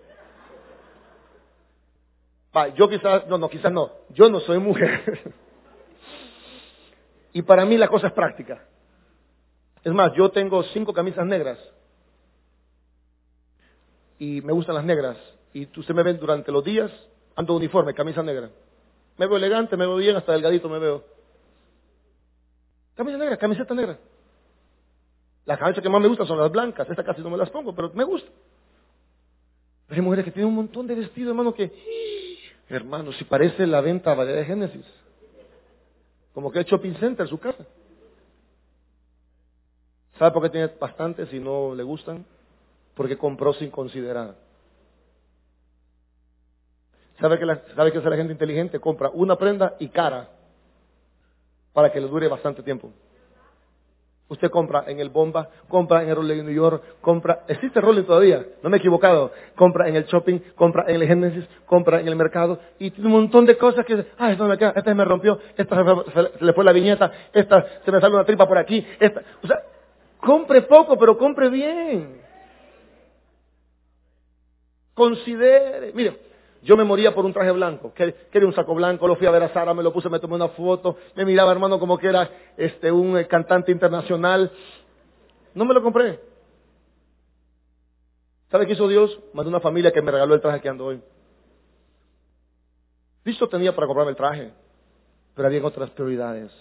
Yo quizás no. Yo no soy mujer. Y para mí la cosa es práctica. Es más, yo tengo 5 camisas negras. Y me gustan las negras. Y usted me ven durante los días, ando uniforme, camisa negra. Me veo elegante, me veo bien, hasta delgadito me veo. Camisa negra, camiseta negra. Las camisas que más me gustan son las blancas. Esta casi no me las pongo, pero me gusta. Pero hay mujeres que tienen un montón de vestidos, hermano, que... Hermano, si parece la venta de Génesis. Como que el shopping center, su casa. ¿Sabe por qué tiene bastantes y no le gustan? Porque compró sin considerar. ¿Sabe qué hace la gente inteligente? Compra una prenda y cara para que le dure bastante tiempo. Usted compra en el Bomba, compra en el Rolling New York, existe Rolling todavía, no me he equivocado, compra en el shopping, compra en el Génesis, compra en el mercado, y tiene un montón de cosas que, esto no me queda, esta se me rompió, esta se le fue la viñeta, esta se me sale una tripa por aquí, o sea, compre poco, pero compre bien. Considere, mire, yo me moría por un traje blanco, quería un saco blanco, lo fui a ver a Sara, me lo puse, me tomé una foto, me miraba, hermano, como que era un cantante internacional. No me lo compré. ¿Sabe qué hizo Dios? Mandó una familia que me regaló el traje que ando hoy. Listo tenía para comprarme el traje, pero había otras prioridades.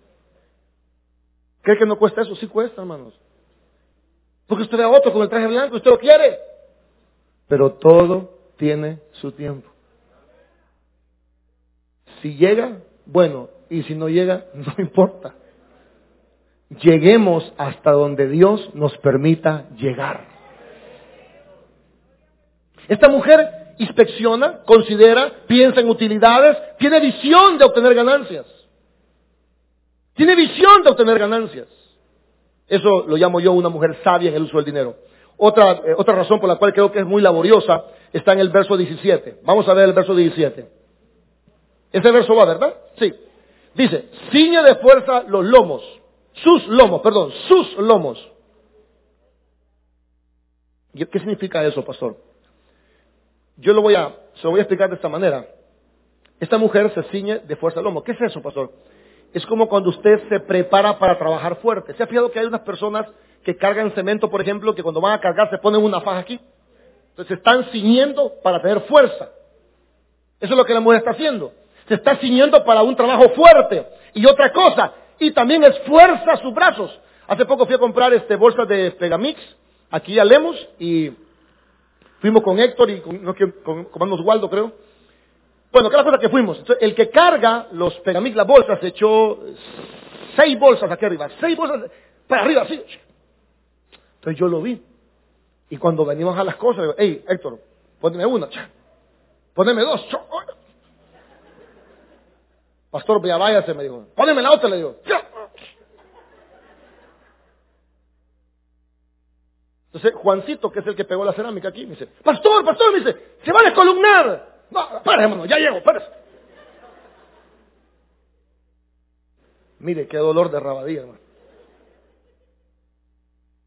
¿Cree que no cuesta eso? Sí cuesta, hermanos. Porque usted ve a otro con el traje blanco y usted lo quiere. Pero todo tiene su tiempo. Si llega, bueno, y si no llega, no importa. Lleguemos hasta donde Dios nos permita llegar. Esta mujer inspecciona, considera, piensa en utilidades, tiene visión de obtener ganancias. Tiene visión de obtener ganancias. Eso lo llamo yo una mujer sabia en el uso del dinero. Otra razón por la cual creo que es muy laboriosa está en el verso 17. Vamos a ver el verso 17. Ese verso va, ¿verdad? Sí. Dice, ciñe de fuerza sus lomos. ¿Qué significa eso, pastor? Se lo voy a explicar de esta manera. Esta mujer se ciñe de fuerza el lomo. ¿Qué es eso, pastor? Es como cuando usted se prepara para trabajar fuerte. ¿Se ha fijado que hay unas personas que cargan cemento, por ejemplo, que cuando van a cargar se ponen una faja aquí? Entonces se están ciñendo para tener fuerza. Eso es lo que la mujer está haciendo. Se está ciñendo para un trabajo fuerte. Y otra cosa, y también esfuerza sus brazos. Hace poco fui a comprar bolsas de Pegamix, aquí a Lemos, y fuimos con Héctor y con hermano Oswaldo, creo. Bueno, cada cosa que fuimos. Entonces, el que carga los Pegamix, las bolsas, se echó 6 bolsas aquí arriba. 6 bolsas para arriba, así. Entonces yo lo vi. Y cuando venimos a las cosas, digo, hey, Héctor, poneme una. Poneme 2. Pastor, váyase, me dijo. Poneme la otra, le digo. Entonces Juancito, que es el que pegó la cerámica aquí, me dice, pastor, me dice, se va a descolumnar. No, espérese, hermano, ya llego, espérese. Mire, qué dolor de rabadilla, hermano.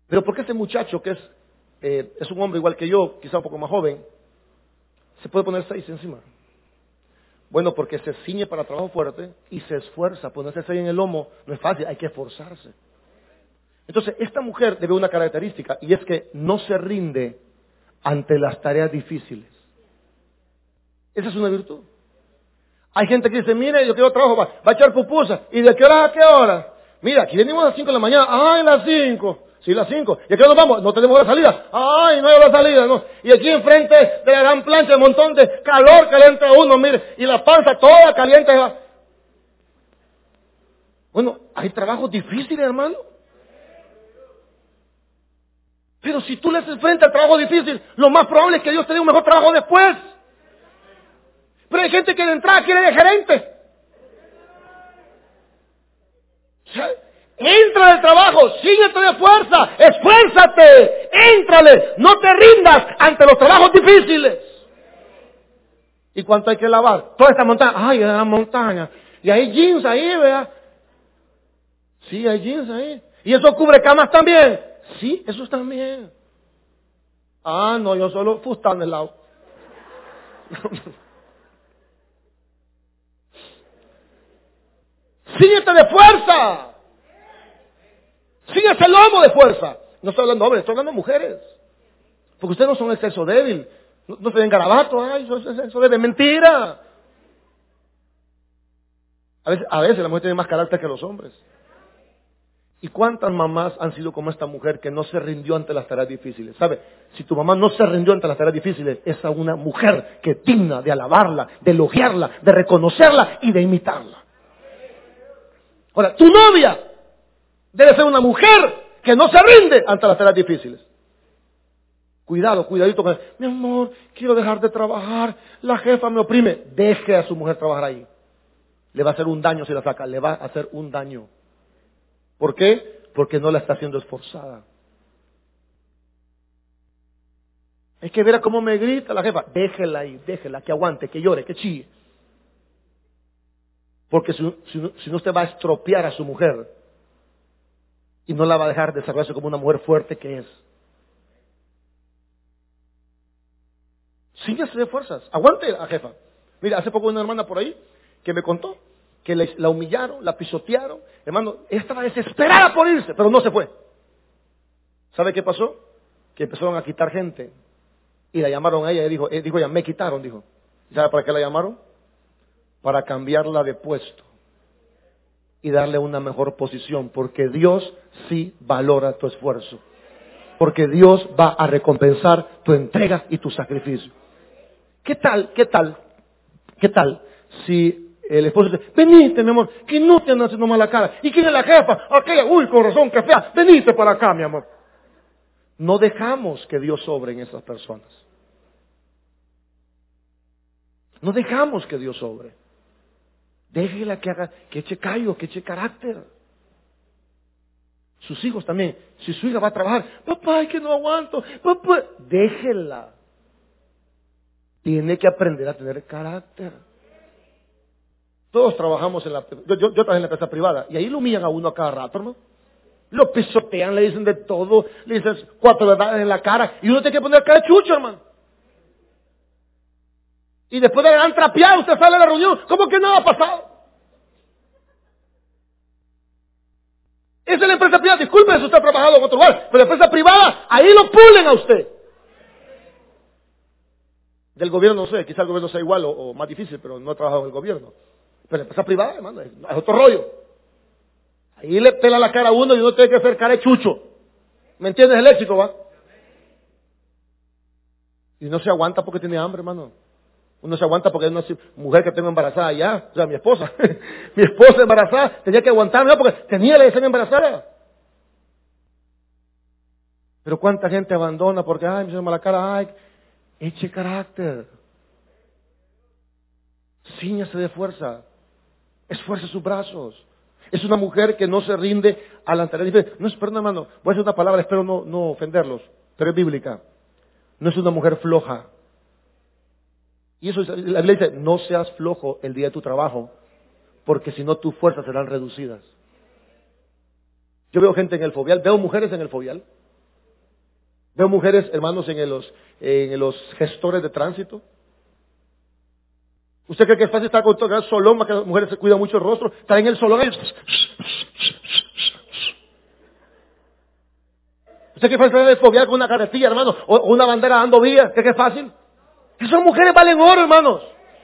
Pero ¿por qué este muchacho que es un hombre igual que yo, quizá un poco más joven, se puede poner 6 encima? Bueno, porque se ciñe para trabajo fuerte y se esfuerza. Ponerse 6 en el lomo no es fácil, hay que esforzarse. Entonces, esta mujer debe una característica, y es que no se rinde ante las tareas difíciles. Esa es una virtud. Hay gente que dice, mire, yo quiero trabajo, va a echar pupusa. ¿Y de qué hora a qué hora? Mira, aquí venimos a las 5 de la mañana. ¡Ay, las 5! Sí, las 5. ¿Y a qué hora nos vamos? No tenemos la salida. ¡Ay, no hay la salida! No. Y aquí enfrente de la gran plancha, un montón de calor que le entra a uno, mire, y la panza toda caliente. Bueno, hay trabajos difíciles, hermano. Pero si tú le haces frente al trabajo difícil, lo más probable es que Dios te dé un mejor trabajo después. Pero hay gente que de entrada quiere de gerente. O sea, entra al trabajo, síguete de fuerza, esfuérzate, éntrale, no te rindas ante los trabajos difíciles. ¿Y cuánto hay que lavar? Toda esta montaña, ay, la montaña. Y hay jeans ahí, vea. Sí, hay jeans ahí. ¿Y eso cubre camas también? Sí, eso también. Ah, no, yo solo fustán del lado. Síguete de fuerza. Síguese el lomo de fuerza. No estoy hablando de hombres, estoy hablando de mujeres. Porque ustedes no son el sexo débil. No se den garabato. Ay, eso es de mentira. A veces la mujer tiene más carácter que los hombres. ¿Y cuántas mamás han sido como esta mujer que no se rindió ante las tareas difíciles? ¿Sabe? Si tu mamá no se rindió ante las tareas difíciles, es a una mujer que es digna de alabarla, de elogiarla, de reconocerla y de imitarla. Ahora, tu novia debe ser una mujer que no se rinde ante las tareas difíciles. Cuidadito con él. Mi amor, quiero dejar de trabajar, la jefa me oprime. Deje a su mujer trabajar ahí. Le va a hacer un daño si la saca, le va a hacer un daño. ¿Por qué? Porque no la está haciendo esforzada. Hay que ver a cómo me grita la jefa. Déjela ahí, déjela, que aguante, que llore, que chille. Porque si no usted va a estropear a su mujer y no la va a dejar desarrollarse como una mujer fuerte que es. Síguese de fuerzas, aguante a jefa. Mira, hace poco una hermana por ahí que me contó que la humillaron, la pisotearon. Hermano, ella estaba desesperada por irse, pero no se fue. ¿Sabe qué pasó? Que empezaron a quitar gente. Y la llamaron a ella y dijo ella, me quitaron, dijo. ¿Sabe para qué la llamaron? Para cambiarla de puesto y darle una mejor posición, porque Dios sí valora tu esfuerzo. Porque Dios va a recompensar tu entrega y tu sacrificio. ¿Qué tal si el esposo dice, venite, mi amor, que no te andan haciendo mala cara? ¿Y quién es la jefa? Aquella, uy, con razón, que fea, venite para acá, mi amor. No dejamos que Dios sobre en esas personas. No dejamos que Dios sobre. Déjela que haga, que eche callo, que eche carácter. Sus hijos también. Si su hija va a trabajar, papá, es que no aguanto, papá, déjela. Tiene que aprender a tener carácter. Todos trabajamos en yo trabajé en la empresa privada y ahí lo humillan a uno a cada rato, ¿no? Lo pisotean, le dicen de todo, le dicen 4 verdades en la cara y uno tiene que poner cara de chucho, hermano. Y después de la gran trapeada, usted sale de la reunión, ¿cómo que nada ha pasado? Esa es la empresa privada, disculpe si usted ha trabajado en otro lugar, pero la empresa privada, ahí lo pulen a usted. Del gobierno no sé, quizá el gobierno sea igual o más difícil, pero no he trabajado en el gobierno. Pero la empresa privada, hermano, es otro rollo. Ahí le pela la cara a uno y uno tiene que hacer cara de chucho. ¿Me entiendes el léxico, va? Y no se aguanta porque tiene hambre, hermano. Uno se aguanta porque hay una mujer que tengo embarazada ya, o sea, mi esposa. Mi esposa embarazada tenía que aguantarme porque tenía la escena embarazada. Pero cuánta gente abandona porque, ay, me hizo mala cara, ay, eche carácter. Cíñase de fuerza. Esfuerce sus brazos. Es una mujer que no se rinde a la tarea. No, perdón, hermano, voy a decir una palabra, espero no ofenderlos, pero es bíblica. No es una mujer floja. Y eso la Biblia dice, no seas flojo el día de tu trabajo, porque si no tus fuerzas serán reducidas. Yo veo gente en el fobial, veo mujeres en el fobial, Veo mujeres, hermanos, en los gestores de tránsito. ¿Usted cree que es fácil estar con todo el solón? Que las mujeres se cuidan mucho el rostro. Están en el solón. ¿Usted cree que es fácil desfoguear con una carretilla, hermano? O una bandera dando vías. ¿Cree que es fácil? Esas mujeres valen oro, hermanos.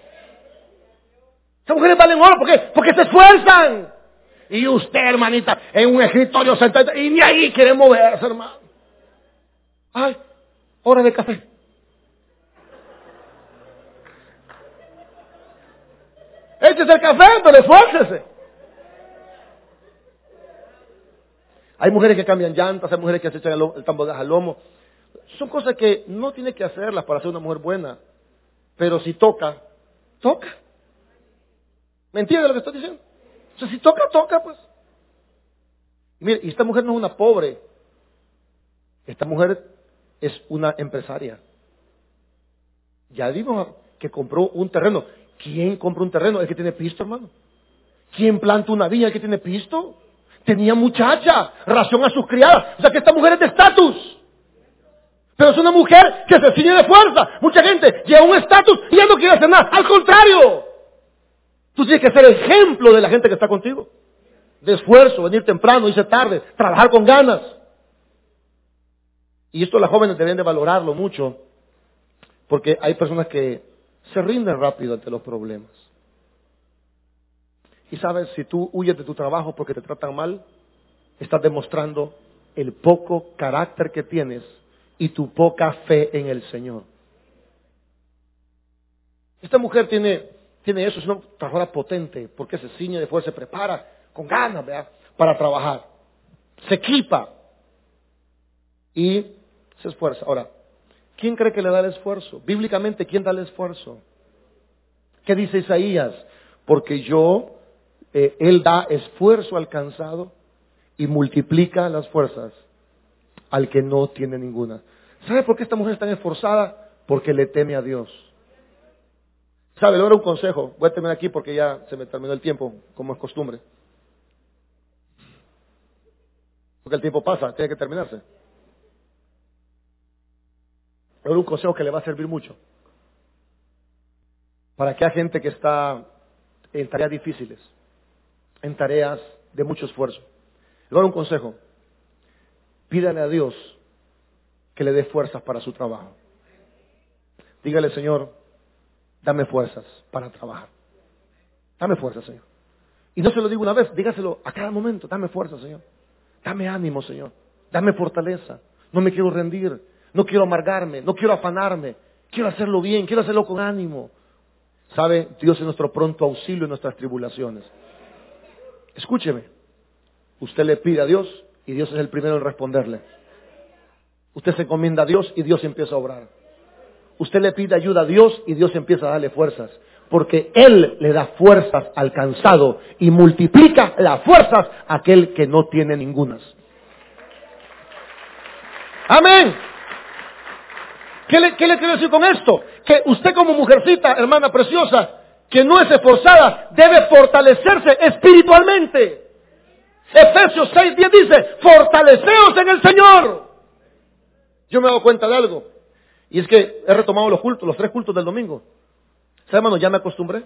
Esas mujeres valen oro. ¿Por qué? Porque se esfuerzan. Y usted, hermanita, en un escritorio sentado, y ni ahí quiere moverse, hermano. Ay, hora de café. Échese el café, pero esfuércese. Hay mujeres que cambian llantas, hay mujeres que se echan el tambo de gas al lomo. Son cosas que no tiene que hacerlas para ser una mujer buena. Pero si toca, toca. ¿Me entiende lo que estoy diciendo? O sea, si toca, toca, pues. Y mire, y esta mujer no es una pobre. Esta mujer es una empresaria. Ya vimos que compró un terreno. ¿Quién compra un terreno? El que tiene pisto, hermano. ¿Quién planta una viña? El que tiene pisto. Tenía muchacha, ración a sus criadas. O sea que esta mujer es de estatus. Pero es una mujer que se ciñe de fuerza. Mucha gente llega a un estatus y ya no quiere hacer nada. Al contrario. Tú tienes que ser ejemplo de la gente que está contigo. De esfuerzo, venir temprano, irse tarde, trabajar con ganas. Y esto las jóvenes deben de valorarlo mucho. Porque hay personas que se rinden rápido ante los problemas. Y sabes, si tú huyes de tu trabajo porque te tratan mal, estás demostrando el poco carácter que tienes y tu poca fe en el Señor. Esta mujer tiene eso, es una trabajadora potente, porque se ciñe de fuerza, se prepara con ganas, ¿verdad?, para trabajar. Se equipa y se esfuerza. Ahora, ¿quién cree que le da el esfuerzo? Bíblicamente, ¿quién da el esfuerzo? ¿Qué dice Isaías? Porque Él da esfuerzo al cansado y multiplica las fuerzas al que no tiene ninguna. ¿Sabe por qué esta mujer es tan esforzada? Porque le teme a Dios. ¿Sabe? Le voy a dar un consejo. Voy a terminar aquí porque ya se me terminó el tiempo, como es costumbre. Porque el tiempo pasa, tiene que terminarse. Le voy a dar un consejo que le va a servir mucho. Para aquella gente que está en tareas difíciles, en tareas de mucho esfuerzo. Le voy a dar un consejo. Pídale a Dios que le dé fuerzas para su trabajo. Dígale, Señor, dame fuerzas para trabajar. Dame fuerzas, Señor. Y no se lo digo una vez, dígaselo a cada momento. Dame fuerza, Señor. Dame ánimo, Señor. Dame fortaleza. No me quiero rendir. No quiero amargarme. No quiero afanarme. Quiero hacerlo bien. Quiero hacerlo con ánimo. ¿Sabe? Dios es nuestro pronto auxilio en nuestras tribulaciones. Escúcheme. Usted le pide a Dios y Dios es el primero en responderle. Usted se encomienda a Dios y Dios empieza a obrar. Usted le pide ayuda a Dios y Dios empieza a darle fuerzas. Porque Él le da fuerzas al cansado y multiplica las fuerzas a aquel que no tiene ningunas. Amén. ¿Qué le quiero decir con esto? Que usted como mujercita, hermana preciosa, que no es esforzada, debe fortalecerse espiritualmente. Efesios 6:10 dice, fortaleceos en el Señor. Yo me he dado cuenta de algo. Y es que he retomado los cultos, los 3 cultos del domingo. ¿Sabe, hermano? Ya me acostumbré.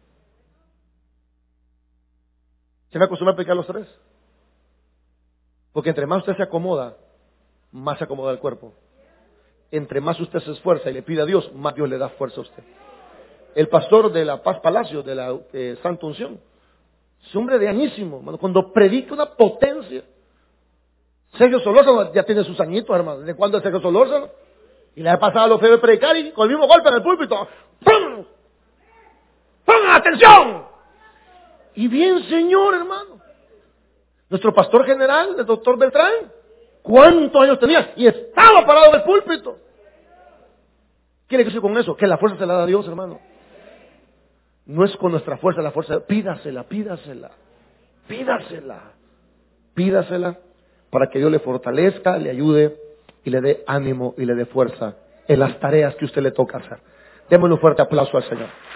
Ya me acostumbré a predicar los 3. Porque entre más usted se acomoda, más se acomoda el cuerpo. Entre más usted se esfuerza y le pide a Dios, más Dios le da fuerza a usted. El pastor de la Paz Palacio, de la Santa Unción, es un hombre de añísimo, hermano. Cuando predica una potencia. Sergio Solórzano ya tiene sus añitos, hermano. ¿Desde cuándo es Sergio Solórzano? Y le ha pasado a los feos de predicar y con el mismo golpe en el púlpito. ¡Pum! ¡Pongan atención! Y bien, Señor, hermano. Nuestro pastor general, el doctor Beltrán, ¿cuántos años tenía? Y estaba parado en el púlpito. ¿Qué le quiero decir con eso? Que la fuerza se la da a Dios, hermano. No es con nuestra fuerza, la fuerza. Pídasela, pídasela. Pídasela. Pídasela para que Dios le fortalezca, le ayude y le dé ánimo y le dé fuerza en las tareas que usted le toca hacer. Démosle un fuerte aplauso al Señor.